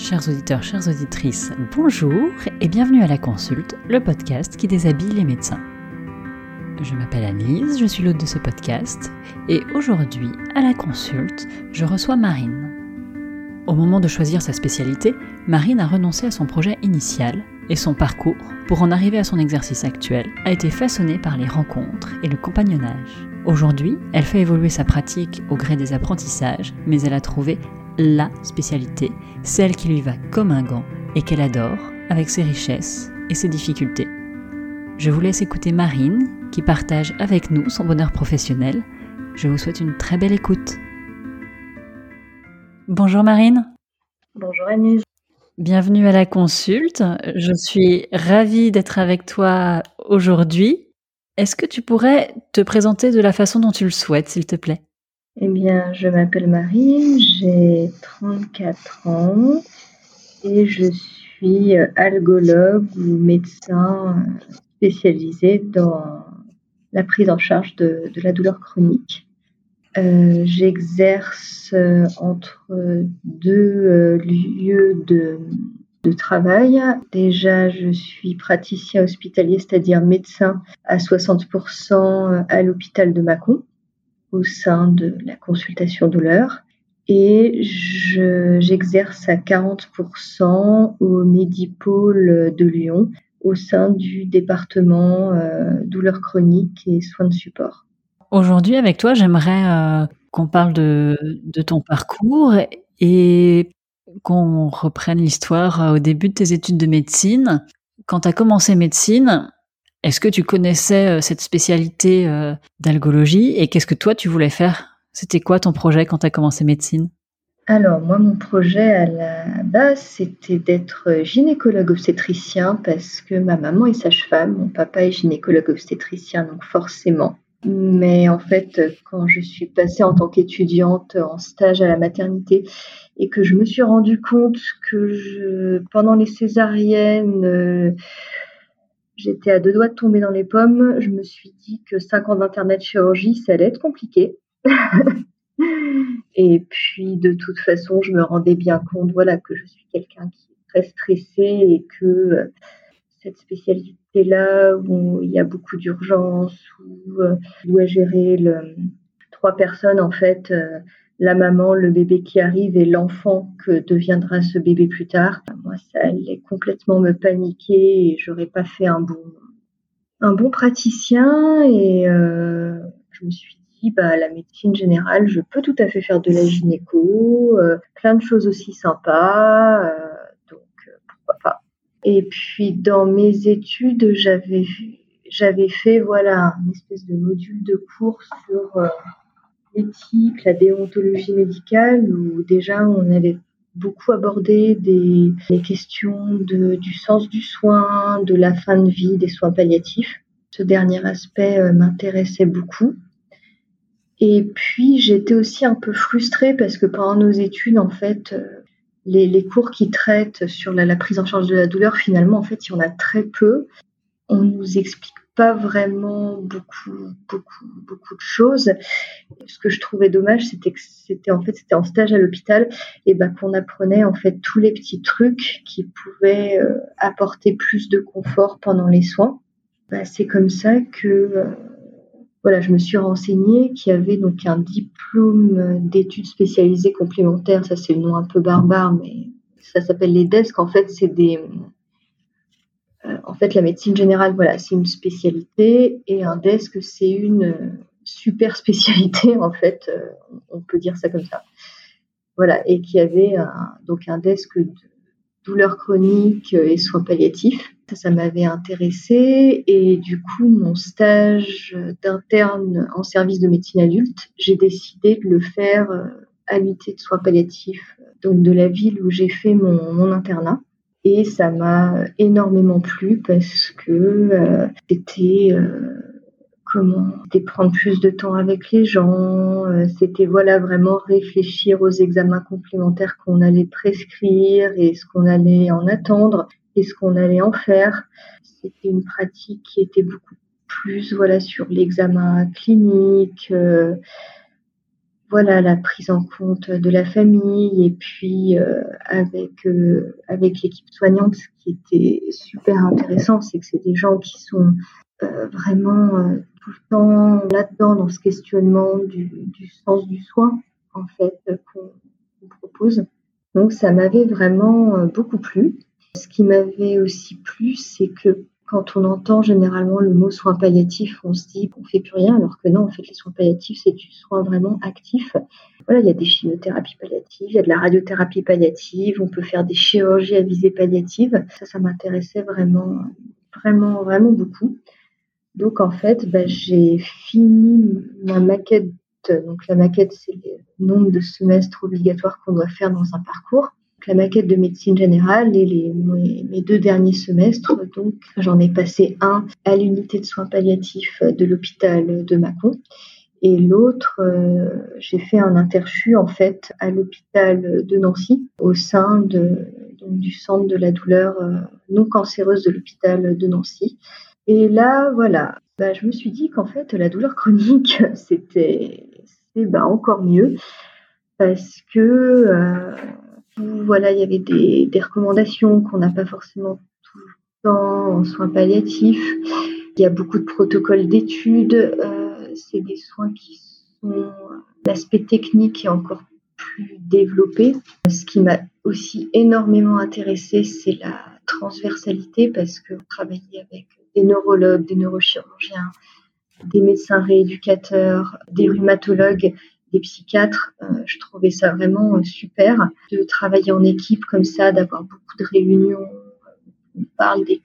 Chers auditeurs, chères auditrices, bonjour et bienvenue à La Consulte, le podcast qui déshabille les médecins. Je m'appelle Annelise, je suis l'hôte de ce podcast et aujourd'hui, à La Consulte, je reçois Marine. Au moment de choisir sa spécialité, Marine a renoncé à son projet initial et son parcours, pour en arriver à son exercice actuel, a été façonné par les rencontres et le compagnonnage. Aujourd'hui, elle fait évoluer sa pratique au gré des apprentissages, mais elle a trouvé la spécialité, celle qui lui va comme un gant et qu'elle adore, avec ses richesses et ses difficultés. Je vous laisse écouter Marine, qui partage avec nous son bonheur professionnel. Je vous souhaite une très belle écoute. Bonjour Marine. Bonjour Annelise. Bienvenue à La Consulte. Je suis ravie d'être avec toi aujourd'hui. Est-ce que tu pourrais te présenter de la façon dont tu le souhaites, s'il te plaît ? Eh bien, je m'appelle Marine, j'ai 34 ans et je suis algologue ou médecin spécialisé dans la prise en charge de la douleur chronique. J'exerce entre deux lieux de travail. Déjà, je suis praticien hospitalier, c'est-à-dire médecin à 60% à l'hôpital de Mâcon, au sein de la consultation douleur. Et j'exerce à 40% au Medipôle de Lyon, au sein du département douleur chronique et soins de support. Aujourd'hui, avec toi, j'aimerais qu'on parle de ton parcours et qu'on reprenne l'histoire au début de tes études de médecine. Quand tu as commencé médecine, est-ce que tu connaissais cette spécialité d'algologie et qu'est-ce que toi tu voulais faire ? C'était quoi ton projet quand tu as commencé médecine ? Alors moi, mon projet à la base, c'était d'être gynécologue obstétricien parce que ma maman est sage-femme, mon papa est gynécologue obstétricien, donc forcément. Mais en fait, quand je suis passée en tant qu'étudiante en stage à la maternité et que je me suis rendu compte que pendant les césariennes, j'étais à 2 doigts de tomber dans les pommes, je me suis dit que 5 ans d'internet chirurgie, ça allait être compliqué. Et puis, de toute façon, je me rendais bien compte, que je suis quelqu'un qui est très stressé et que cette spécialité-là, où il y a beaucoup d'urgence, où je dois gérer 3 personnes, en fait, la maman, le bébé qui arrive et l'enfant que deviendra ce bébé plus tard. Moi, ça allait complètement me paniquer et j'aurais pas fait un bon praticien et je me suis dit, la médecine générale, je peux tout à fait faire de la gynéco, plein de choses aussi sympas, donc pourquoi pas. Et puis dans mes études, j'avais fait une espèce de module de cours sur l'éthique, la déontologie médicale, où déjà on avait beaucoup abordé les questions du sens du soin, de la fin de vie, des soins palliatifs. Ce dernier aspect m'intéressait beaucoup. Et puis j'étais aussi un peu frustrée parce que pendant nos études, en fait, les cours qui traitent sur la prise en charge de la douleur, finalement, en fait, il y en a très peu. On nous explique pas vraiment beaucoup de choses. Ce que je trouvais dommage, c'était que c'était en stage à l'hôpital et qu'on apprenait en fait tous les petits trucs qui pouvaient apporter plus de confort pendant les soins. C'est comme ça que je me suis renseignée qu'il y avait donc un diplôme d'études spécialisées complémentaires. Ça, c'est le nom un peu barbare, mais ça s'appelle les DESC. En fait, c'est la médecine générale, c'est une spécialité et un DESC, c'est une super spécialité, en fait, on peut dire ça comme ça. Et qu'il y avait un DESC de douleur chronique et soins palliatifs. Ça m'avait intéressée et du coup, mon stage d'interne en service de médecine adulte, j'ai décidé de le faire à l'unité de soins palliatifs, donc de la ville où j'ai fait mon internat. Et ça m'a énormément plu parce que c'était prendre plus de temps avec les gens, c'était vraiment réfléchir aux examens complémentaires qu'on allait prescrire et ce qu'on allait en attendre et ce qu'on allait en faire. C'était une pratique qui était beaucoup plus sur l'examen clinique. voilà, la prise en compte de la famille et puis avec l'équipe soignante, ce qui était super intéressant, c'est que c'est des gens qui sont vraiment tout le temps là-dedans, dans ce questionnement du sens du soin, en fait, qu'on propose. Donc ça m'avait vraiment beaucoup plu. Ce qui m'avait aussi plu, c'est que quand on entend généralement le mot soins palliatifs, on se dit qu'on ne fait plus rien, alors que non, en fait, les soins palliatifs, c'est du soin vraiment actif. Voilà, il y a des chimiothérapies palliatives, il y a de la radiothérapie palliative, on peut faire des chirurgies à visée palliative. Ça m'intéressait vraiment, vraiment, vraiment beaucoup. Donc, en fait, j'ai fini ma maquette. Donc, la maquette, c'est le nombre de semestres obligatoires qu'on doit faire dans un parcours. La maquette de médecine générale et mes 2 derniers semestres. Donc, j'en ai passé un à l'unité de soins palliatifs de l'hôpital de Mâcon. Et l'autre, j'ai fait un interchu, en fait, à l'hôpital de Nancy, au sein du centre de la douleur non cancéreuse de l'hôpital de Nancy. Et là, voilà, je me suis dit qu'en fait, la douleur chronique, c'est encore mieux parce que voilà, il y avait des recommandations qu'on n'a pas forcément tout le temps en soins palliatifs. Il y a beaucoup de protocoles d'études. C'est des soins qui sont l'aspect technique est encore plus développé. Ce qui m'a aussi énormément intéressée, c'est la transversalité parce que travailler avec des neurologues, des neurochirurgiens, des médecins rééducateurs, des rhumatologues, des psychiatres, je trouvais ça vraiment super de travailler en équipe comme ça, d'avoir beaucoup de réunions. On parle des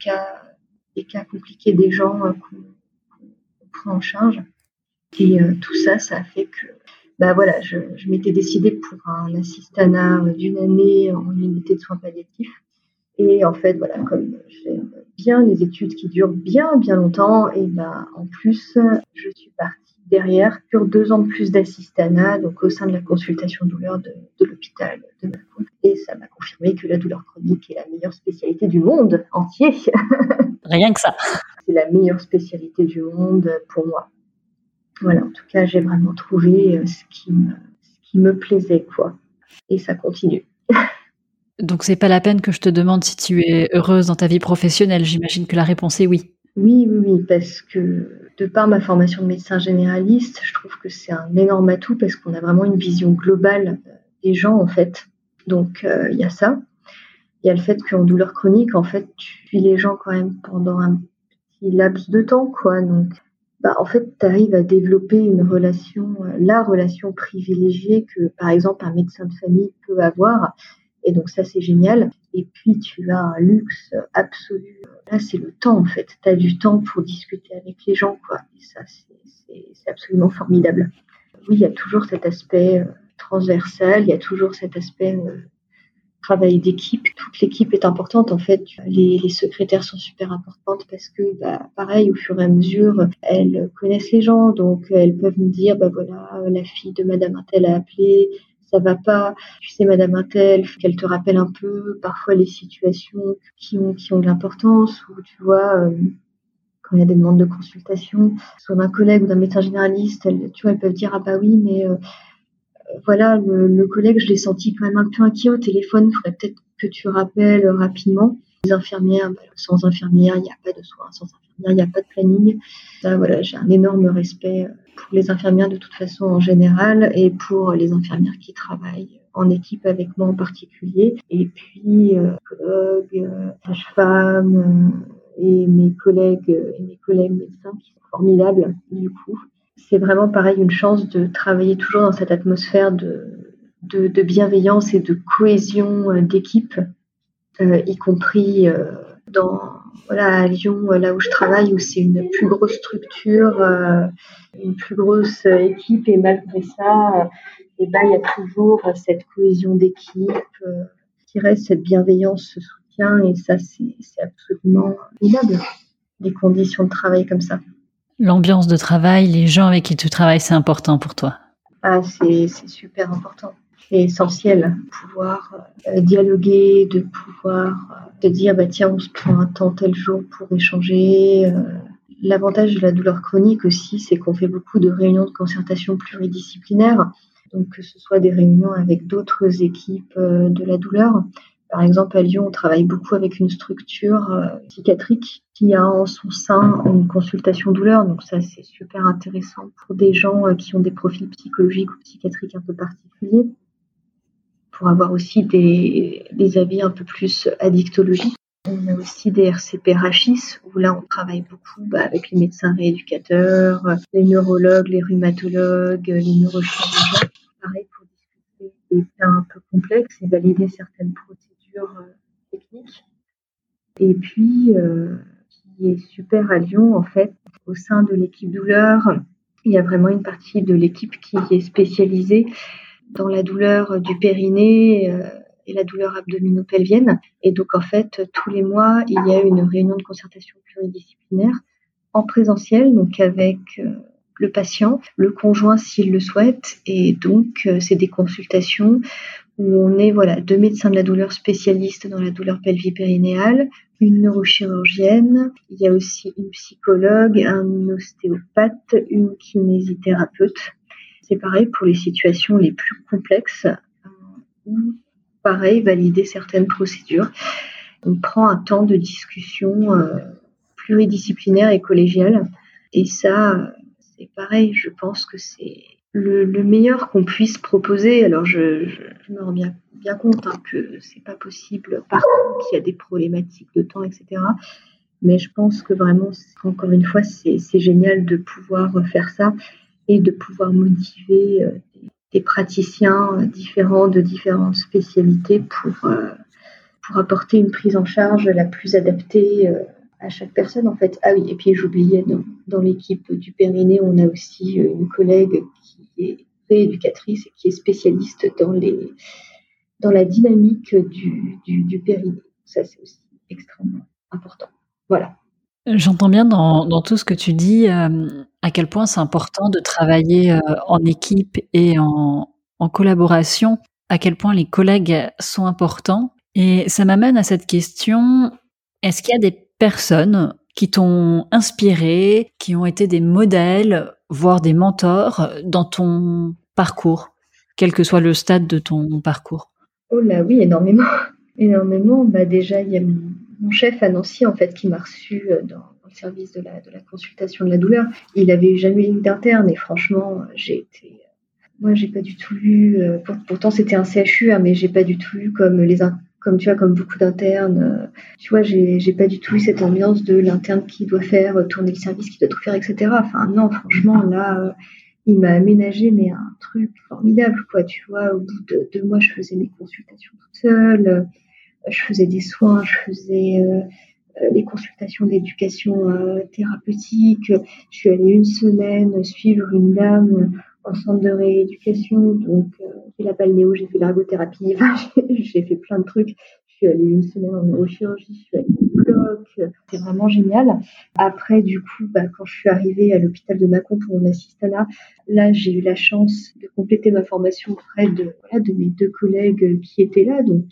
cas compliqués des gens qu'on prend en charge. Et tout ça, ça a fait que voilà, je m'étais décidée pour un assistanat d'une année en unité de soins palliatifs. Et en fait, voilà, comme j'aime bien les études qui durent bien, bien longtemps, et en plus, je suis partie derrière sur 2 ans de plus d'assistanat, donc au sein de la consultation douleur de l'hôpital de Mâcon. Et ça m'a confirmé que la douleur chronique est la meilleure spécialité du monde entier. Rien que ça. C'est la meilleure spécialité du monde pour moi. Voilà, en tout cas, j'ai vraiment trouvé ce qui me plaisait, quoi. Et ça continue. Donc c'est pas la peine que je te demande si tu es heureuse dans ta vie professionnelle. J'imagine que la réponse est oui. Oui, parce que de par ma formation de médecin généraliste, je trouve que c'est un énorme atout parce qu'on a vraiment une vision globale des gens, en fait. Donc, il y a ça. Il y a le fait qu'en douleur chronique, en fait, tu suis les gens quand même pendant un petit laps de temps, quoi. Donc, en fait, tu arrives à développer une relation, la relation privilégiée que, par exemple, un médecin de famille peut avoir. Et donc ça, c'est génial. Et puis, tu as un luxe absolu. Là, c'est le temps, en fait. Tu as du temps pour discuter avec les gens, quoi. Et ça, c'est absolument formidable. Oui, il y a toujours cet aspect transversal, il y a toujours cet aspect travail d'équipe. Toute l'équipe est importante, en fait. Les secrétaires sont super importantes parce que, pareil, au fur et à mesure, elles connaissent les gens. Donc, elles peuvent me dire, voilà, la fille de Madame Intel a appelé, ça va pas, tu sais, Madame Intel, qu'elle te rappelle un peu parfois les situations qui ont de l'importance ou tu vois, quand il y a des demandes de consultation, soit d'un collègue ou d'un médecin généraliste, elles peuvent dire, oui, mais voilà, le collègue, je l'ai senti quand même un peu inquiet au téléphone, il faudrait peut-être que tu rappelles rapidement. Les infirmières, sans infirmières, il n'y a pas de soins, sans infirmières, il n'y a pas de planning. Ça, voilà, j'ai un énorme respect pour les infirmières de toute façon en général et pour les infirmières qui travaillent en équipe avec moi en particulier. Et puis, collègues, sages-femmes et mes collègues médecins qui sont formidables du coup. C'est vraiment pareil, une chance de travailler toujours dans cette atmosphère de bienveillance et de cohésion d'équipe, y compris à Lyon, là où je travaille, où c'est une plus grosse structure, une plus grosse équipe, et malgré ça, il y a toujours cette cohésion d'équipe qui reste, cette bienveillance, ce soutien, et ça, c'est absolument formidable, des conditions de travail comme ça. L'ambiance de travail, les gens avec qui tu travailles, c'est important pour toi? C'est super important. C'est essentiel de pouvoir dialoguer, de pouvoir te dire tiens, on se prend un temps tel jour pour échanger. L'avantage de la douleur chronique aussi, c'est qu'on fait beaucoup de réunions de concertation pluridisciplinaires. donc que ce soit des réunions avec d'autres équipes de la douleur. Par exemple, à Lyon, on travaille beaucoup avec une structure psychiatrique qui a en son sein une consultation douleur. Donc ça, c'est super intéressant pour des gens qui ont des profils psychologiques ou psychiatriques un peu particuliers, pour avoir aussi des avis un peu plus addictologiques. On a aussi des RCP RACHIS, où là, on travaille beaucoup avec les médecins rééducateurs, les neurologues, les rhumatologues, les neurochirurgiens. Pareil pour discuter des cas un peu complexes et valider certaines procédures techniques. Et puis, qui est super à Lyon, en fait, au sein de l'équipe douleur, il y a vraiment une partie de l'équipe qui est spécialisée dans la douleur du périnée et la douleur abdominopelvienne. Et donc, en fait, tous les mois, il y a une réunion de concertation pluridisciplinaire en présentiel, donc avec le patient, le conjoint s'il le souhaite. Et donc, c'est des consultations où on est 2 médecins de la douleur spécialistes dans la douleur pelvipérinéale, une neurochirurgienne, il y a aussi une psychologue, un ostéopathe, une kinésithérapeute. C'est pareil pour les situations les plus complexes, où pareil, valider certaines procédures. On prend un temps de discussion pluridisciplinaire et collégial. Et ça, c'est pareil, je pense que c'est le meilleur qu'on puisse proposer. Alors, je me rends bien compte que c'est pas possible partout, qu'il y a des problématiques de temps, etc. Mais je pense que vraiment, encore une fois, c'est génial de pouvoir faire ça et de pouvoir motiver des praticiens différents de différentes spécialités pour apporter une prise en charge la plus adaptée à chaque personne, en fait. Ah oui, et puis j'oubliais, dans l'équipe du périnée, on a aussi une collègue qui est rééducatrice et qui est spécialiste dans la dynamique du périnée. Ça, c'est aussi extrêmement important. Voilà. J'entends bien dans tout ce que tu dis, à quel point c'est important de travailler en équipe et en collaboration, à quel point les collègues sont importants. Et ça m'amène à cette question, est-ce qu'il y a des personnes qui t'ont inspiré, qui ont été des modèles, voire des mentors dans ton parcours, quel que soit le stade de ton parcours? Oh là oui, énormément. Énormément. Déjà, il y a mon chef à Nancy, en fait, qui m'a reçu dans le service de la consultation de la douleur. Il avait jamais eu d'interne et franchement, moi, j'ai pas du tout eu, pourtant c'était un CHU, mais j'ai pas du tout eu comme tu vois, comme beaucoup d'internes. Tu vois, j'ai pas du tout eu cette ambiance de l'interne qui doit faire tourner le service, qui doit tout faire, etc. Enfin, non, franchement, là, il m'a aménagé, mais un truc formidable, quoi. Tu vois, au bout de 2 mois, je faisais mes consultations toute seule, je faisais des soins, je faisais les consultations d'éducation thérapeutique. Je suis allée 1 semaine suivre une dame en centre de rééducation, donc j'ai fait la balnéo, j'ai fait l'ergothérapie, j'ai fait plein de trucs. Je suis allée 1 semaine en neurochirurgie, je suis allée au bloc, c'est vraiment génial. Après, du coup, quand je suis arrivée à l'hôpital de Mâcon pour mon assistanat, là, j'ai eu la chance de compléter ma formation auprès de mes 2 collègues qui étaient là, donc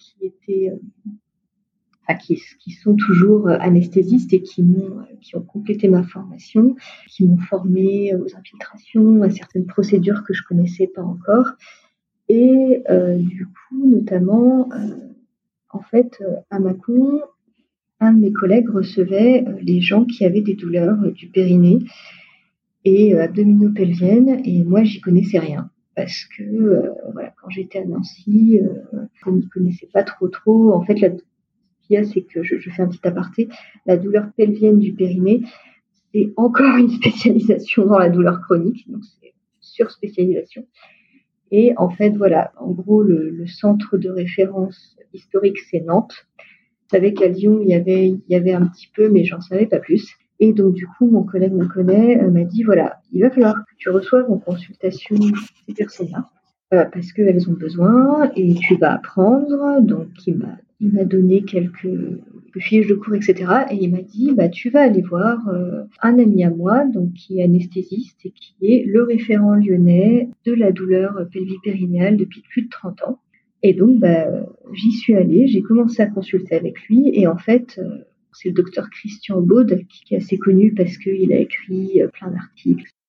qui sont toujours anesthésistes et qui ont complété ma formation, qui m'ont formée aux infiltrations, à certaines procédures que je connaissais pas encore. Et du coup, notamment, en fait, à Mâcon, un de mes collègues recevait les gens qui avaient des douleurs du périnée et abdominopelviennes, et moi, j'y connaissais rien. Parce que, quand j'étais à Nancy, je n'y connaissais pas trop. En fait, c'est que je fais un petit aparté, la douleur pelvienne du périnée, c'est encore une spécialisation dans la douleur chronique, donc c'est une surspécialisation. Et en fait, en gros, le centre de référence historique, c'est Nantes. Je savais qu'à Lyon, il y avait un petit peu, mais j'en savais pas plus. Et donc, du coup, mon collègue me connaît, m'a dit, il va falloir que tu reçoives en consultation ces personnes-là, parce qu'elles ont besoin et tu vas apprendre. Donc, il m'a donné quelques fiches de cours, etc. Et il m'a dit, tu vas aller voir un ami à moi, donc qui est anesthésiste et qui est le référent lyonnais de la douleur pelvipérinéale depuis plus de 30 ans. Et donc, j'y suis allée, j'ai commencé à consulter avec lui. Et en fait, c'est le docteur Christian Baude, qui est assez connu parce qu'il a écrit plein d'articles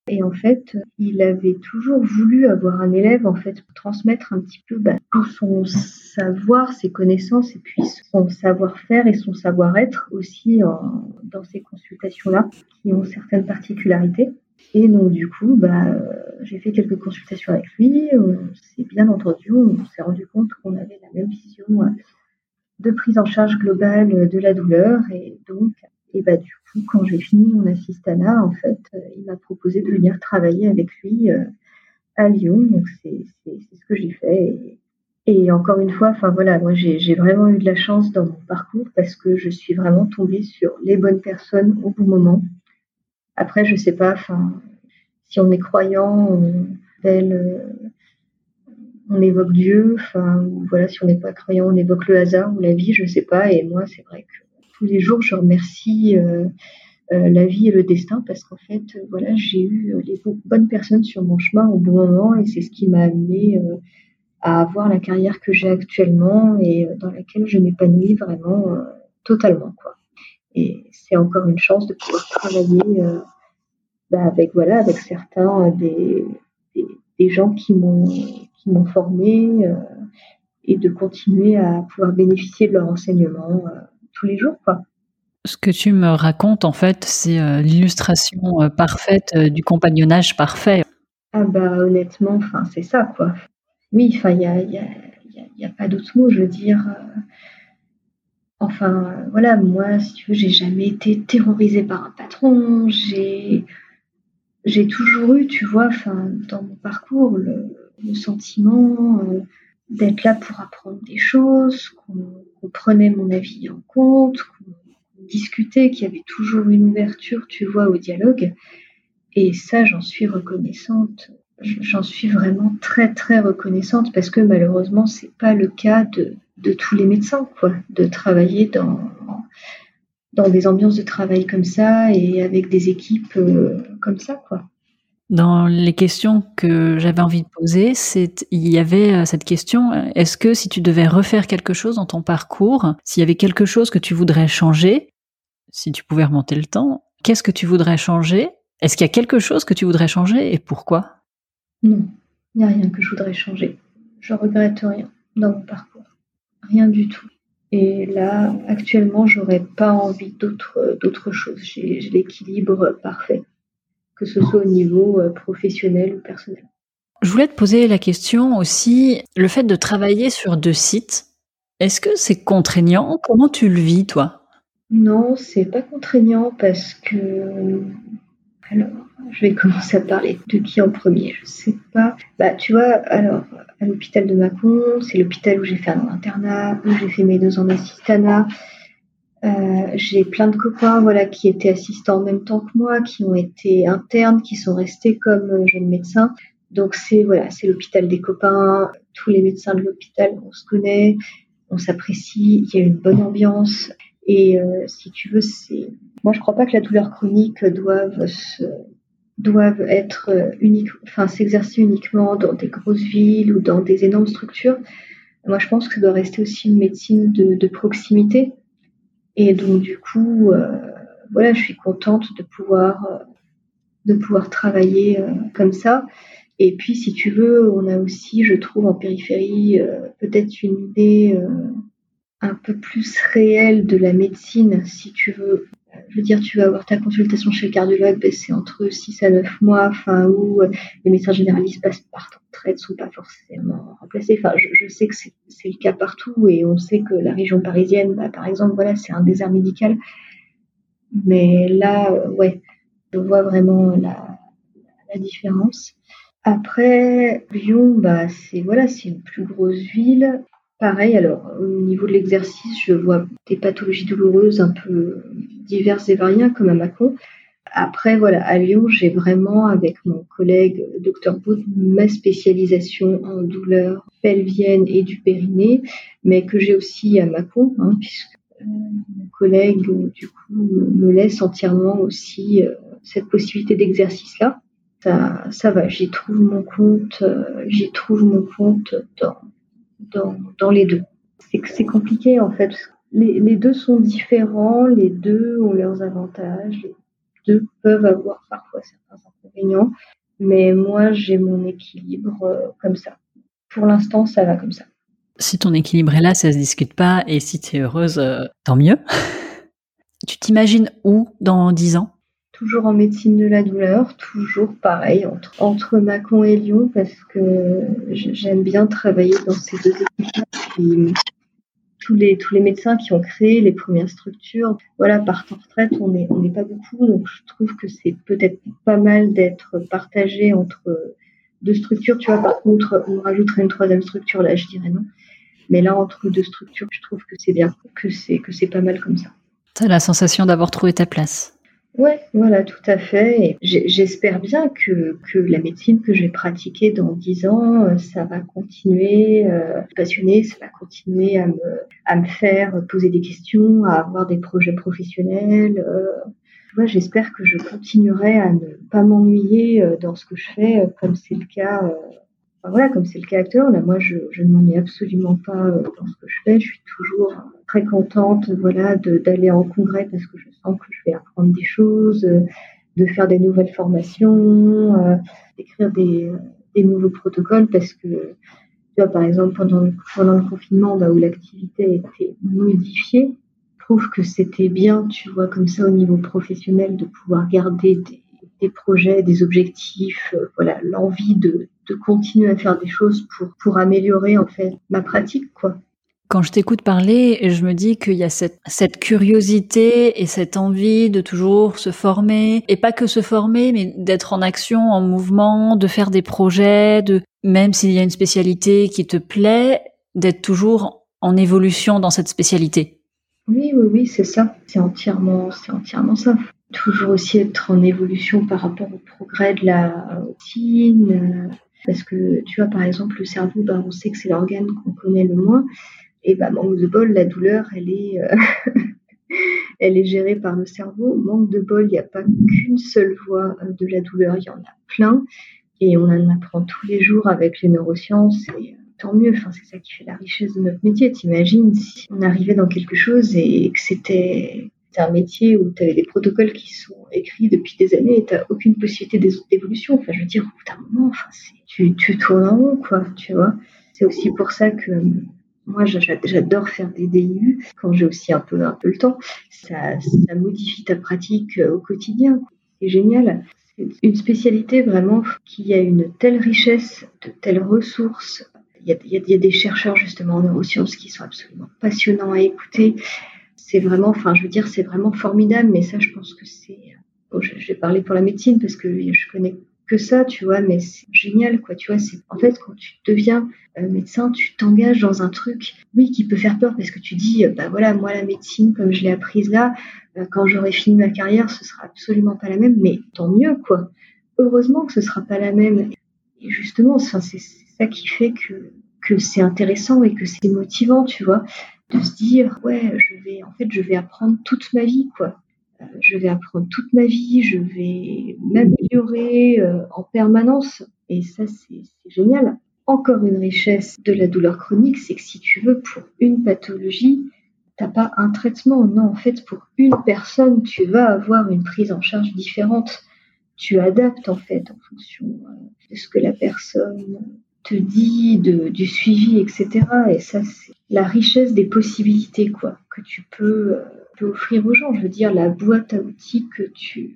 Et en fait, il avait toujours voulu avoir un élève, en fait, pour transmettre un petit peu tout son savoir, ses connaissances et puis son savoir-faire et son savoir-être aussi dans ces consultations-là, qui ont certaines particularités. Et donc, du coup, j'ai fait quelques consultations avec lui, on s'est bien entendu, on s'est rendu compte qu'on avait la même vision de prise en charge globale de la douleur. Et donc, du coup, quand j'ai fini mon assistanat, en fait, il m'a proposé de venir travailler avec lui à Lyon. Donc, c'est ce que j'ai fait. Et encore une fois, enfin voilà, moi j'ai vraiment eu de la chance dans mon parcours parce que je suis vraiment tombée sur les bonnes personnes au bon moment. Après, je sais pas, enfin, si on est croyant, on évoque Dieu, enfin, voilà, si on n'est pas croyant, on évoque le hasard ou la vie, je sais pas. Et moi, c'est vrai que tous les jours, je remercie la vie et le destin parce qu'en fait, voilà, j'ai eu les bonnes personnes sur mon chemin au bon moment et c'est ce qui m'a amené à avoir la carrière que j'ai actuellement et dans laquelle je m'épanouis vraiment totalement, quoi. Et c'est encore une chance de pouvoir travailler avec certains des, des gens qui m'ont formé et de continuer à pouvoir bénéficier de leur enseignement tous les jours, quoi. Ce que tu me racontes, en fait, c'est l'illustration parfaite du compagnonnage parfait. Ah honnêtement, enfin c'est ça, quoi. Oui, enfin il y a pas d'autre mot, je veux dire. Enfin voilà, moi, si tu veux, j'ai jamais été terrorisée par un patron. J'ai toujours eu, tu vois, enfin dans mon parcours, le sentiment d'être là pour apprendre des choses, qu'on prenait mon avis en compte, qu'on discutait, qu'il y avait toujours une ouverture, tu vois, au dialogue. Et ça, j'en suis reconnaissante. J'en suis vraiment très, très reconnaissante parce que malheureusement, c'est pas le cas de tous les médecins, quoi, de travailler dans des ambiances de travail comme ça et avec des équipes comme ça, quoi. Dans les questions que j'avais envie de poser, il y avait cette question, est-ce que si tu devais refaire quelque chose dans ton parcours, s'il y avait quelque chose que tu voudrais changer, si tu pouvais remonter le temps, qu'est-ce que tu voudrais changer? Est-ce qu'il y a quelque chose que tu voudrais changer et pourquoi? Non, il n'y a rien que je voudrais changer. Je regrette rien dans mon parcours. Rien du tout. Et là, actuellement, j'aurais pas envie d'autre chose. J'ai l'équilibre parfait, que ce soit au niveau professionnel ou personnel. Je voulais te poser la question aussi, le fait de travailler sur 2 sites, est-ce que c'est contraignant? Comment tu le vis, toi? Non, c'est pas contraignant parce que alors, je vais commencer à parler de qui en premier, je sais pas. Tu vois, alors, à l'hôpital de Mâcon, c'est l'hôpital où j'ai fait un internat, où j'ai fait mes 2 ans d'assistanat. J'ai plein de copains, voilà, qui étaient assistants en même temps que moi, qui ont été internes, qui sont restés comme jeunes médecins. Donc c'est l'hôpital des copains. Tous les médecins de l'hôpital, on se connaît, on s'apprécie, il y a une bonne ambiance. Et si tu veux, moi je crois pas que la douleur chronique doivent être s'exercer uniquement dans des grosses villes ou dans des énormes structures. Moi je pense que ça doit rester aussi une médecine de proximité. Et donc du coup, voilà, je suis contente de pouvoir travailler comme ça. Et puis, si tu veux, on a aussi, je trouve, en périphérie, peut-être une idée un peu plus réelle de la médecine, si tu veux. Je veux dire, tu vas avoir ta consultation chez le cardiologue, c'est entre 6 à 9 mois, où les médecins généralistes passent par retraite, ne sont pas forcément remplacés. Enfin, je sais que c'est le cas partout et on sait que la région parisienne, par exemple, voilà, c'est un désert médical. Mais là, ouais, je vois vraiment la différence. Après, Lyon, c'est une plus grosse ville. Pareil, alors au niveau de l'exercice, je vois des pathologies douloureuses un peu diverses et variées, comme à Mâcon. Après, voilà, à Lyon, j'ai vraiment, avec mon collègue Dr Baud, ma spécialisation en douleurs pelviennes et du périnée, mais que j'ai aussi à Mâcon, puisque mon collègue, du coup, me laisse entièrement aussi cette possibilité d'exercice-là. Ça va, j'y trouve mon compte dans les deux. C'est que c'est compliqué en fait. Les deux sont différents, les deux ont leurs avantages, les deux peuvent avoir parfois certains inconvénients. inconvénients. Mais moi, j'ai mon équilibre comme ça. Pour l'instant, ça va comme ça. Si ton équilibre est là, ça se discute pas, et si tu es heureuse, tant mieux. Tu t'imagines où dans 10 ans ? Toujours en médecine de la douleur, toujours pareil, entre Mâcon et Lyon, parce que j'aime bien travailler dans ces deux équipes-là. Puis, tous les médecins qui ont créé les premières structures, partent en retraite, on n'est pas beaucoup, donc je trouve que c'est peut-être pas mal d'être partagé entre deux structures. Tu vois, par contre, on rajouterait une troisième structure, là, je dirais non. Mais là, entre deux structures, je trouve que c'est bien, que c'est pas mal comme ça. T'as la sensation d'avoir trouvé ta place. Ouais, voilà, tout à fait. Et j'espère bien que la médecine que je vais pratiquer dans 10 ans, ça va continuer passionner, ça va continuer à me faire poser des questions, à avoir des projets professionnels. J'espère que je continuerai à ne pas m'ennuyer dans ce que je fais, comme c'est le cas. Comme c'est le cas actuellement, là, moi, je ne m'ennuie absolument pas dans ce que je fais. Je suis toujours très contente, d'aller en congrès parce que je sens que je vais apprendre des choses, de faire des nouvelles formations, d'écrire des nouveaux protocoles parce que, tu vois, par exemple, pendant le confinement, où l'activité a été modifiée, je trouve que c'était bien, tu vois, comme ça, au niveau professionnel, de pouvoir garder des projets, des objectifs, l'envie de continuer à faire des choses pour améliorer en fait ma pratique, quoi. Quand je t'écoute parler, je me dis qu'il y a cette curiosité et cette envie de toujours se former, et pas que se former, mais d'être en action, en mouvement, de faire des projets, même s'il y a une spécialité qui te plaît, d'être toujours en évolution dans cette spécialité. Oui, c'est ça. C'est entièrement ça. Toujours aussi être en évolution par rapport au progrès de la médecine. Parce que, tu vois, par exemple, le cerveau, on sait que c'est l'organe qu'on connaît le moins. Et manque de bol, la douleur, elle est, elle est gérée par le cerveau. Manque de bol, il n'y a pas qu'une seule voie de la douleur, il y en a plein. Et on en apprend tous les jours avec les neurosciences. Et tant mieux, c'est ça qui fait la richesse de notre métier. T'imagines si on arrivait dans quelque chose et que c'était un métier où tu avais des protocoles qui sont écrits depuis des années et tu n'as aucune possibilité d'évolution. Je veux dire, au bout d'un moment, tu tournes en rond, quoi, tu vois. C'est aussi pour ça que moi, j'adore faire des DIU quand j'ai aussi un peu le temps. Ça modifie ta pratique au quotidien. C'est génial. C'est une spécialité vraiment qui a une telle richesse, de telles ressources. Il y a des chercheurs justement en neurosciences qui sont absolument passionnants à écouter. C'est vraiment, c'est vraiment formidable. Mais ça, je pense que c'est... je vais parler pour la médecine parce que je connais que ça, tu vois, mais c'est génial, quoi. Tu vois, c'est en fait quand tu deviens médecin, tu t'engages dans un truc, oui, qui peut faire peur parce que tu dis, moi la médecine comme je l'ai apprise là, quand j'aurai fini ma carrière, ce sera absolument pas la même, mais tant mieux, quoi. Heureusement que ce sera pas la même. Et justement, c'est ça qui fait que c'est intéressant et que c'est motivant, tu vois, de se dire, ouais, je vais apprendre toute ma vie, quoi. Je vais apprendre toute ma vie, je vais m'améliorer en permanence. Et ça, c'est génial. Encore une richesse de la douleur chronique, c'est que si tu veux, pour une pathologie, t'as pas un traitement. Non, en fait, pour une personne, tu vas avoir une prise en charge différente. Tu adaptes, en fait, en fonction de ce que la personne te dit, du suivi, etc. Et ça, c'est la richesse des possibilités, quoi, que tu peux offrir aux gens. Je veux dire, la boîte à outils que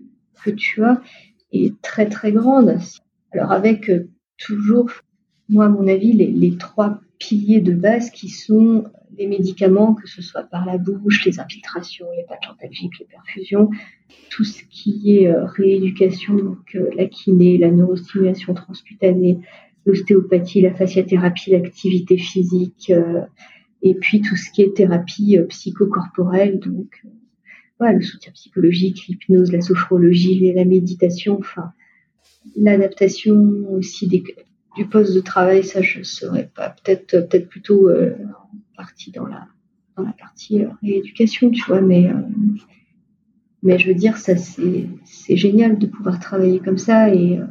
tu as est très, très grande. Alors, avec toujours, moi, à mon avis, les 3 piliers de base qui sont les médicaments, que ce soit par la bouche, les infiltrations, les patchs antalgiques, les perfusions, tout ce qui est rééducation, donc la kiné, la neurostimulation transcutanée, l'ostéopathie, la fasciathérapie, l'activité physique, et puis tout ce qui est thérapie psychocorporelle, donc le soutien psychologique, l'hypnose, la sophrologie, la méditation, l'adaptation aussi du poste de travail, ça je ne saurais pas, peut-être plutôt partie dans la partie rééducation, tu vois, mais je veux dire, ça c'est génial de pouvoir travailler comme ça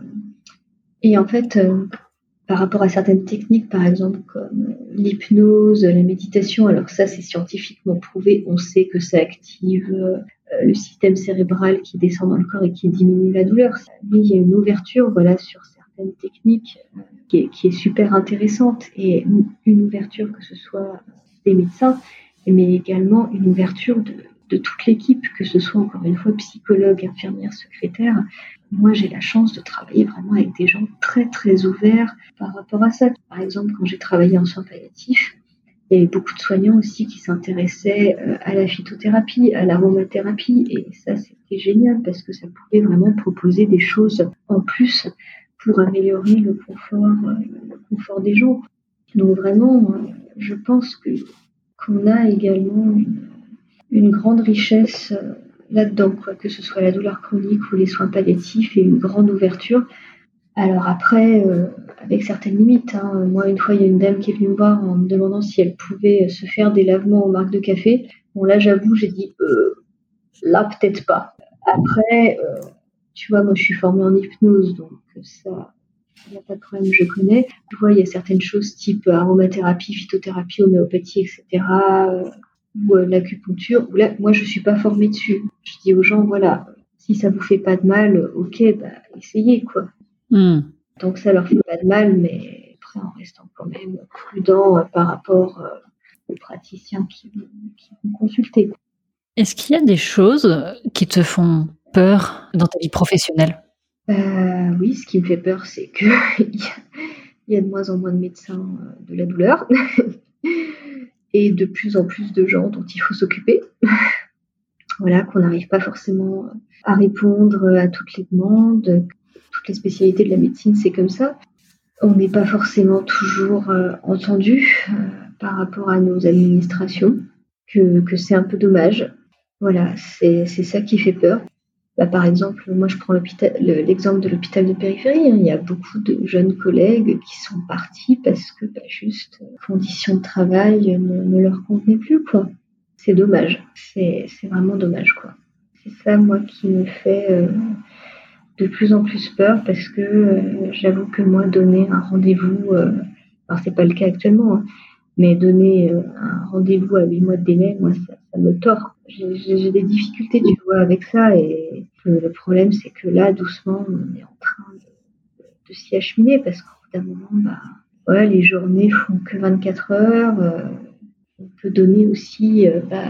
et en fait, par rapport à certaines techniques, par exemple comme l'hypnose, la méditation, alors ça c'est scientifiquement prouvé, on sait que ça active le système cérébral qui descend dans le corps et qui diminue la douleur. Mais il y a une ouverture, sur certaines techniques qui est super intéressante, et une ouverture que ce soit des médecins, mais également une ouverture de toute l'équipe, que ce soit encore une fois psychologue, infirmière, secrétaire. Moi, j'ai la chance de travailler vraiment avec des gens très très ouverts par rapport à ça. Par exemple, quand j'ai travaillé en soins palliatifs, il y avait beaucoup de soignants aussi qui s'intéressaient à la phytothérapie, à l'aromathérapie, et ça c'était génial parce que ça pouvait vraiment proposer des choses en plus pour améliorer le confort des gens. Donc vraiment, je pense qu'on a également une grande richesse là-dedans, que ce soit la douleur chronique ou les soins palliatifs, et une grande ouverture. Alors après, avec certaines limites. Moi, une fois, il y a une dame qui est venue me voir en me demandant si elle pouvait se faire des lavements aux marques de café. Bon, là, j'avoue, j'ai dit, là, peut-être pas. Après, tu vois, moi, je suis formée en hypnose, donc ça, il n'y a pas de problème, je connais. Tu vois, il y a certaines choses type aromathérapie, phytothérapie, homéopathie, etc., ou l'acupuncture, où là, moi, je suis pas formée dessus. Je dis aux gens, voilà, si ça vous fait pas de mal, ok, essayez, quoi. Donc ça leur fait pas de mal, mais après en restant quand même prudent par rapport aux praticiens qui vont consulter. Est-ce qu'il y a des choses qui te font peur dans ta vie professionnelle ? Oui, ce qui me fait peur, c'est qu'il y a de moins en moins de médecins de la douleur et de plus en plus de gens dont il faut s'occuper. Voilà, qu'on n'arrive pas forcément à répondre à toutes les demandes. Toutes les spécialités de la médecine, c'est comme ça. On n'est pas forcément toujours entendu par rapport à nos administrations, que c'est un peu dommage. Voilà, c'est ça qui fait peur. Par exemple, moi je prends l'exemple de l'hôpital de périphérie. Il y a beaucoup de jeunes collègues qui sont partis parce que juste conditions de travail ne leur convenaient plus, quoi. C'est dommage, c'est vraiment dommage, quoi. C'est ça, moi, qui me fait de plus en plus peur, parce que j'avoue que moi, donner un rendez-vous, alors c'est pas le cas actuellement, mais donner un rendez-vous à 8 mois de délai, moi, ça me tord. J'ai des difficultés, tu vois, avec ça, et le problème, c'est que là, doucement, on est en train de s'y acheminer, parce qu'au bout d'un moment, les journées font que 24 heures, on peut donner aussi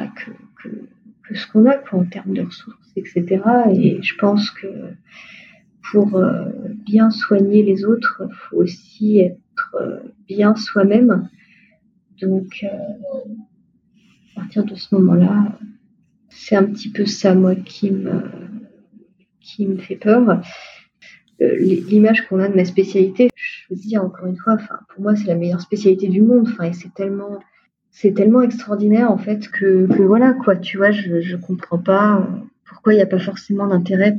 que ce qu'on a, quoi, en termes de ressources, etc. Et je pense que pour bien soigner les autres, il faut aussi être bien soi-même. Donc, à partir de ce moment-là, c'est un petit peu ça, moi, qui me fait peur. L'image qu'on a de ma spécialité, je veux dire, encore une fois, pour moi, c'est la meilleure spécialité du monde. Et c'est tellement extraordinaire, en fait, que voilà, quoi, tu vois, je comprends pas pourquoi il n'y a pas forcément d'intérêt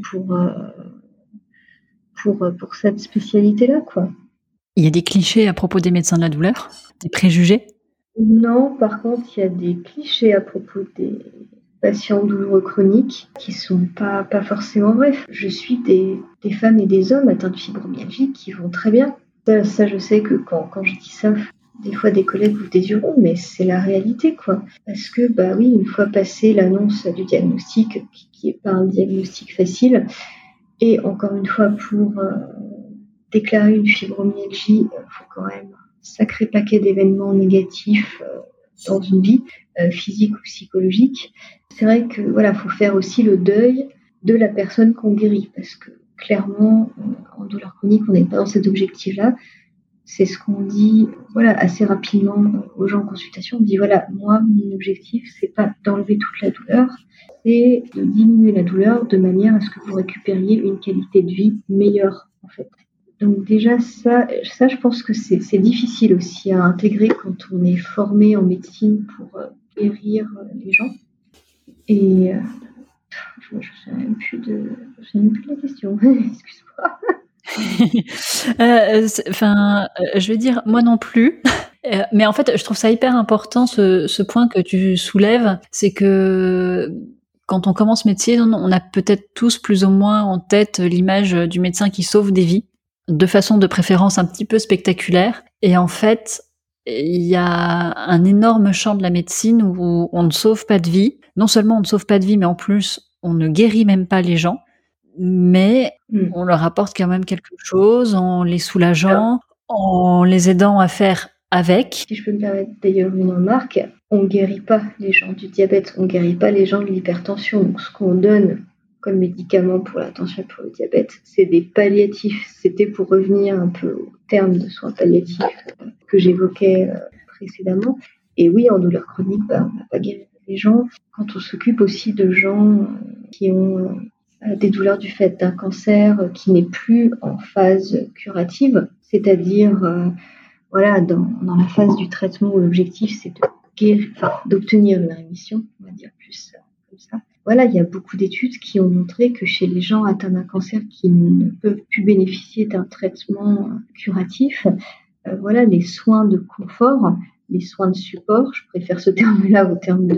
pour cette spécialité-là, quoi. Il y a des clichés à propos des médecins de la douleur ? Des préjugés ? Non, par contre, il y a des clichés à propos des patients douloureux chroniques qui sont pas forcément vrais. Je suis des femmes et des hommes atteints de fibromyalgie qui vont très bien. Ça, je sais que quand je dis ça, des fois des collègues vous désureront, mais c'est la réalité, quoi. Parce que, oui, une fois passé l'annonce du diagnostic, qui n'est pas un diagnostic facile, et encore une fois, pour déclarer une fibromyalgie, il faut quand même un sacré paquet d'événements négatifs dans une vie, physique ou psychologique. C'est vrai que faut faire aussi le deuil de la personne qu'on guérit, parce que clairement, en douleur chronique, on n'est pas dans cet objectif-là. C'est ce qu'on dit assez rapidement aux gens en consultation. On dit moi, mon objectif, c'est pas d'enlever toute la douleur, c'est de diminuer la douleur de manière à ce que vous récupériez une qualité de vie meilleure, en fait. Donc déjà, ça, je pense que c'est difficile aussi à intégrer quand on est formé en médecine pour guérir les gens. Et je ne sais même plus de la question. Excuse-moi. Je vais dire, moi non plus. Mais en fait, je trouve ça hyper important, ce point que tu soulèves, c'est que quand on commence métier, on a peut-être tous plus ou moins en tête l'image du médecin qui sauve des vies, de façon de préférence un petit peu spectaculaire. Et en fait, il y a un énorme champ de la médecine où on ne sauve pas de vie. Non seulement on ne sauve pas de vie, mais en plus, on ne guérit même pas les gens, mais on leur apporte quand même quelque chose en les soulageant, en les aidant à faire avec. Si je peux me permettre d'ailleurs une remarque, on ne guérit pas les gens du diabète, on ne guérit pas les gens de l'hypertension. Donc ce qu'on donne comme médicament pour la tension et pour le diabète, c'est des palliatifs. C'était pour revenir un peu au terme de soins palliatifs que j'évoquais précédemment. Et oui, en douleur chronique, on n'a pas guéri les gens. Quand on s'occupe aussi de gens qui ont des douleurs du fait d'un cancer qui n'est plus en phase curative, c'est-à-dire dans la phase du traitement où l'objectif c'est d'obtenir une rémission, on va dire plus comme ça. Voilà, il y a beaucoup d'études qui ont montré que chez les gens atteints d'un cancer qui ne peuvent plus bénéficier d'un traitement curatif, les soins de confort, les soins de support, je préfère ce terme-là au terme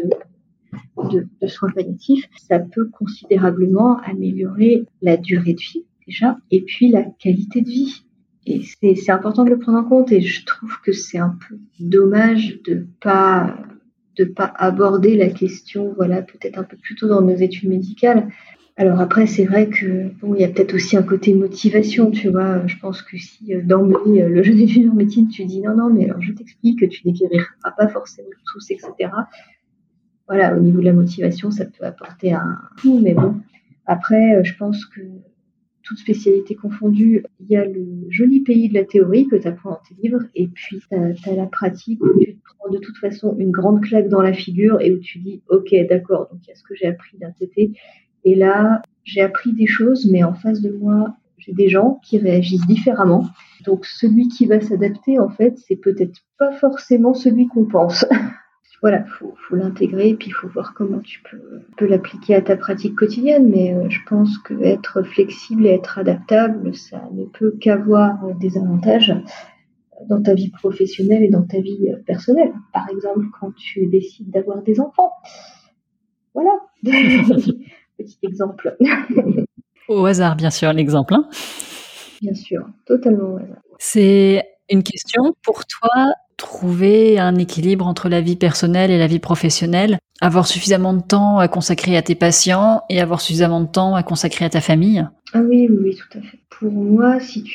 de soins palliatifs, ça peut considérablement améliorer la durée de vie déjà, et puis la qualité de vie. Et c'est important de le prendre en compte, et je trouve que c'est un peu dommage de pas aborder la question, peut-être un peu plus tôt dans nos études médicales. Alors après, c'est vrai que il y a peut-être aussi un côté motivation, tu vois. Je pense que si d'emblée, le jeune étudiant en médecine, tu dis non, mais alors je t'explique que tu ne guériras pas forcément tous, etc. Voilà, au niveau de la motivation, ça peut apporter un coup, mais bon. Après, je pense que toute spécialité confondue, il y a le joli pays de la théorie que tu apprends dans tes livres, et puis tu as la pratique où tu te prends de toute façon une grande claque dans la figure et où tu dis ok, d'accord, donc il y a ce que j'ai appris d'un TT, et là j'ai appris des choses, mais en face de moi j'ai des gens qui réagissent différemment, donc celui qui va s'adapter en fait c'est peut-être pas forcément celui qu'on pense. Voilà, faut l'intégrer, puis il faut voir comment tu peux l'appliquer à ta pratique quotidienne. Mais je pense que être flexible et être adaptable, ça ne peut qu'avoir des avantages dans ta vie professionnelle et dans ta vie personnelle. Par exemple, quand tu décides d'avoir des enfants. Voilà, petit exemple. Au hasard, bien sûr, l'exemple. Hein. Bien sûr, totalement au hasard. C'est une question pour toi. Trouver un équilibre entre la vie personnelle et la vie professionnelle, avoir suffisamment de temps à consacrer à tes patients et avoir suffisamment de temps à consacrer à ta famille. Ah oui, tout à fait. Pour moi,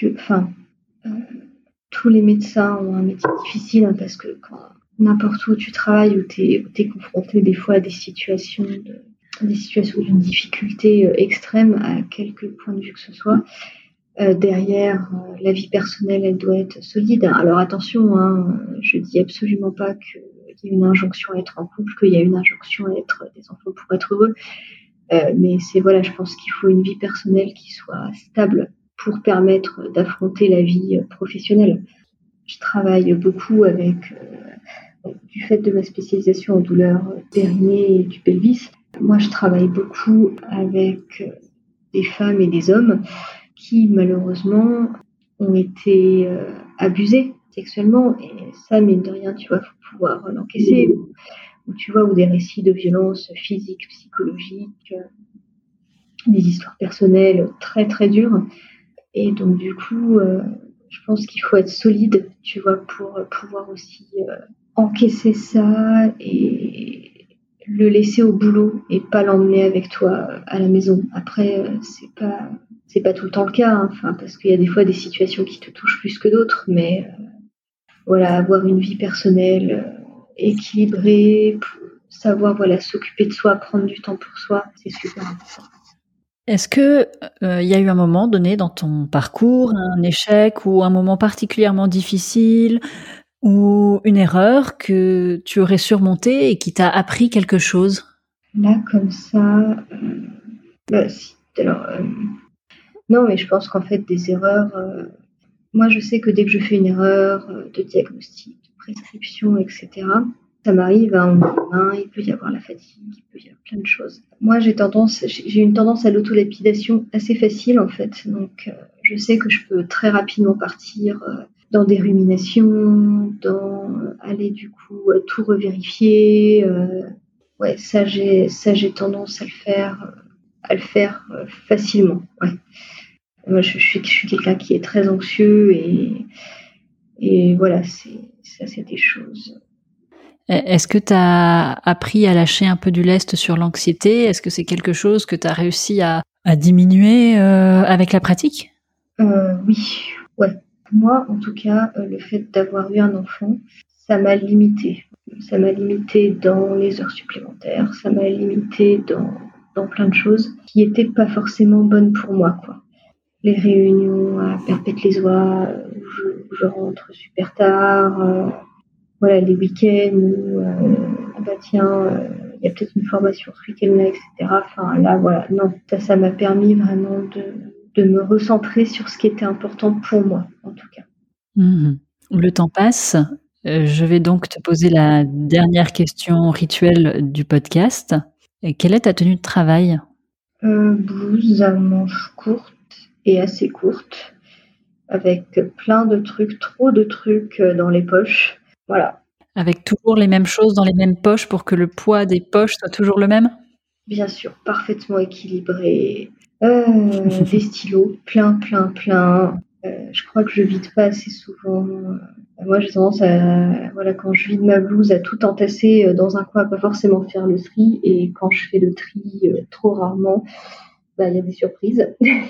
tous les médecins ont un métier difficile parce que n'importe où tu travailles, où tu es confronté des fois à des situations d'une difficulté extrême à quelque point de vue que ce soit. Derrière, la vie personnelle, elle doit être solide. Alors attention, je dis absolument pas qu'il y a une injonction à être en couple, qu'il y a une injonction à être des enfants pour être heureux. Mais je pense qu'il faut une vie personnelle qui soit stable pour permettre d'affronter la vie professionnelle. Je travaille beaucoup avec, du fait de ma spécialisation en douleurs périnée et du pelvis, moi je travaille beaucoup avec des femmes et des hommes qui malheureusement ont été abusés sexuellement, et ça, mine de rien, tu vois, faut pouvoir l'encaisser, ou des récits de violence physique, psychologique, des histoires personnelles très très dures, et donc du coup je pense qu'il faut être solide, tu vois, pour pouvoir aussi encaisser ça et le laisser au boulot et pas l'emmener avec toi à la maison. Après, c'est pas tout le temps le cas, parce qu'il y a des fois des situations qui te touchent plus que d'autres, mais avoir une vie personnelle équilibrée, savoir s'occuper de soi, prendre du temps pour soi, c'est super important. Est-ce que y a eu un moment donné dans ton parcours, un échec ou un moment particulièrement difficile ou une erreur que tu aurais surmontée et qui t'a appris quelque chose? Là, comme ça, si. Alors, non, mais je pense qu'en fait, des erreurs. Moi, je sais que dès que je fais une erreur de diagnostic, de prescription, etc., ça m'arrive à un moment, il peut y avoir la fatigue, il peut y avoir plein de choses. Moi, j'ai une tendance à l'autolapidation assez facile, en fait. Donc, je sais que je peux très rapidement partir dans des ruminations, aller du coup tout revérifier. Ça, j'ai tendance à le faire facilement. Ouais. Moi, je suis quelqu'un qui est très anxieux, et voilà, c'est des choses. Est-ce que tu as appris à lâcher un peu du lest sur l'anxiété ? Est-ce que c'est quelque chose que tu as réussi à diminuer avec la pratique ? Oui, ouais. Moi, en tout cas, le fait d'avoir eu un enfant, ça m'a limitée. Ça m'a limitée dans les heures supplémentaires, ça m'a limitée dans plein de choses qui n'étaient pas forcément bonnes pour moi, quoi. Les réunions à Perpète-les-Oies, où je rentre super tard, voilà, les week-ends où, il y a peut-être une formation ce week-end-là, etc. Enfin, là, voilà, non, ça m'a permis vraiment de me recentrer sur ce qui était important pour moi, en tout cas. Le temps passe. Je vais donc te poser la dernière question rituelle du podcast. Quelle est ta tenue de travail ? Blouse à manches courtes et assez courtes, avec plein de trucs, trop de trucs dans les poches. Voilà. Avec toujours les mêmes choses dans les mêmes poches pour que le poids des poches soit toujours le même ? Bien sûr, parfaitement équilibré. Des stylos, plein. Je crois que je vide pas assez souvent. Moi, j'ai tendance à, voilà, quand je vide ma blouse, à tout entasser dans un coin, à pas forcément faire le tri. Et quand je fais le tri trop rarement, il y a des surprises.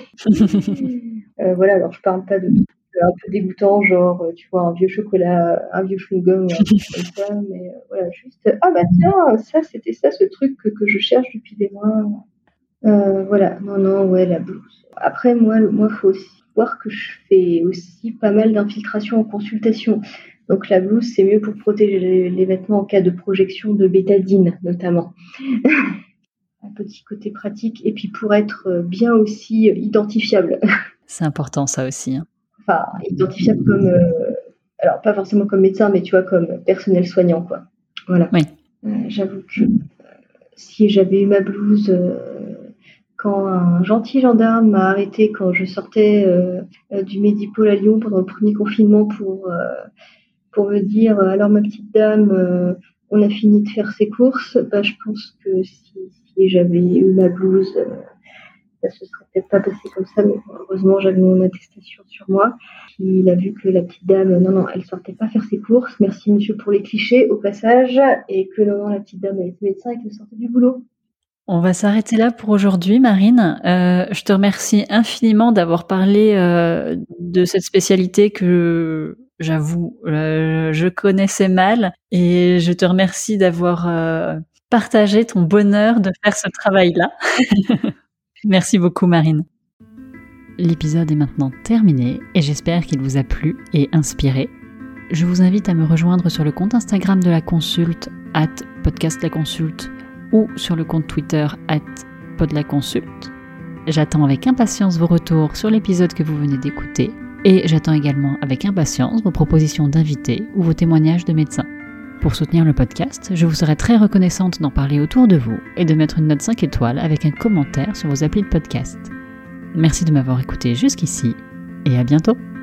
Voilà, alors je parle pas de trucs un peu dégoûtants, genre, tu vois, un vieux chocolat, un vieux chewing-gum ou un truc comme ça, mais voilà, juste, tiens, ça, c'était ça, ce truc que je cherche depuis des mois. Voilà, non, ouais, la blouse. Après, moi, faut aussi voir que je fais aussi pas mal d'infiltration en consultation. Donc la blouse, c'est mieux pour protéger les vêtements en cas de projection de bétadine, notamment. Un petit côté pratique, et puis pour être bien aussi identifiable. C'est important, ça aussi. Enfin, identifiable comme, alors pas forcément comme médecin, mais tu vois, comme personnel soignant, quoi. Voilà. Oui. J'avoue que si j'avais eu ma blouse quand un gentil gendarme m'a arrêté quand je sortais du Médipôle à Lyon pendant le premier confinement pour me dire alors ma petite dame, on a fini de faire ses courses, je pense que si j'avais eu ma blouse, ça se serait peut-être pas passé comme ça, mais heureusement j'avais mon attestation sur moi. Il a vu que la petite dame, non, elle sortait pas faire ses courses, merci monsieur pour les clichés au passage, et que non, la petite dame elle était médecin et qu'elle sortait du boulot. On va s'arrêter là pour aujourd'hui, Marine. Je te remercie infiniment d'avoir parlé de cette spécialité que, j'avoue, je connaissais mal, et je te remercie d'avoir partagé ton bonheur de faire ce travail-là. Merci beaucoup, Marine. L'épisode est maintenant terminé et j'espère qu'il vous a plu et inspiré. Je vous invite à me rejoindre sur le compte Instagram de la consulte @podcastlaconsulte ou sur le compte Twitter @podlaconsulte. J'attends avec impatience vos retours sur l'épisode que vous venez d'écouter, et j'attends également avec impatience vos propositions d'invités ou vos témoignages de médecins. Pour soutenir le podcast, je vous serai très reconnaissante d'en parler autour de vous et de mettre une note 5 étoiles avec un commentaire sur vos applis de podcast. Merci de m'avoir écouté jusqu'ici et à bientôt.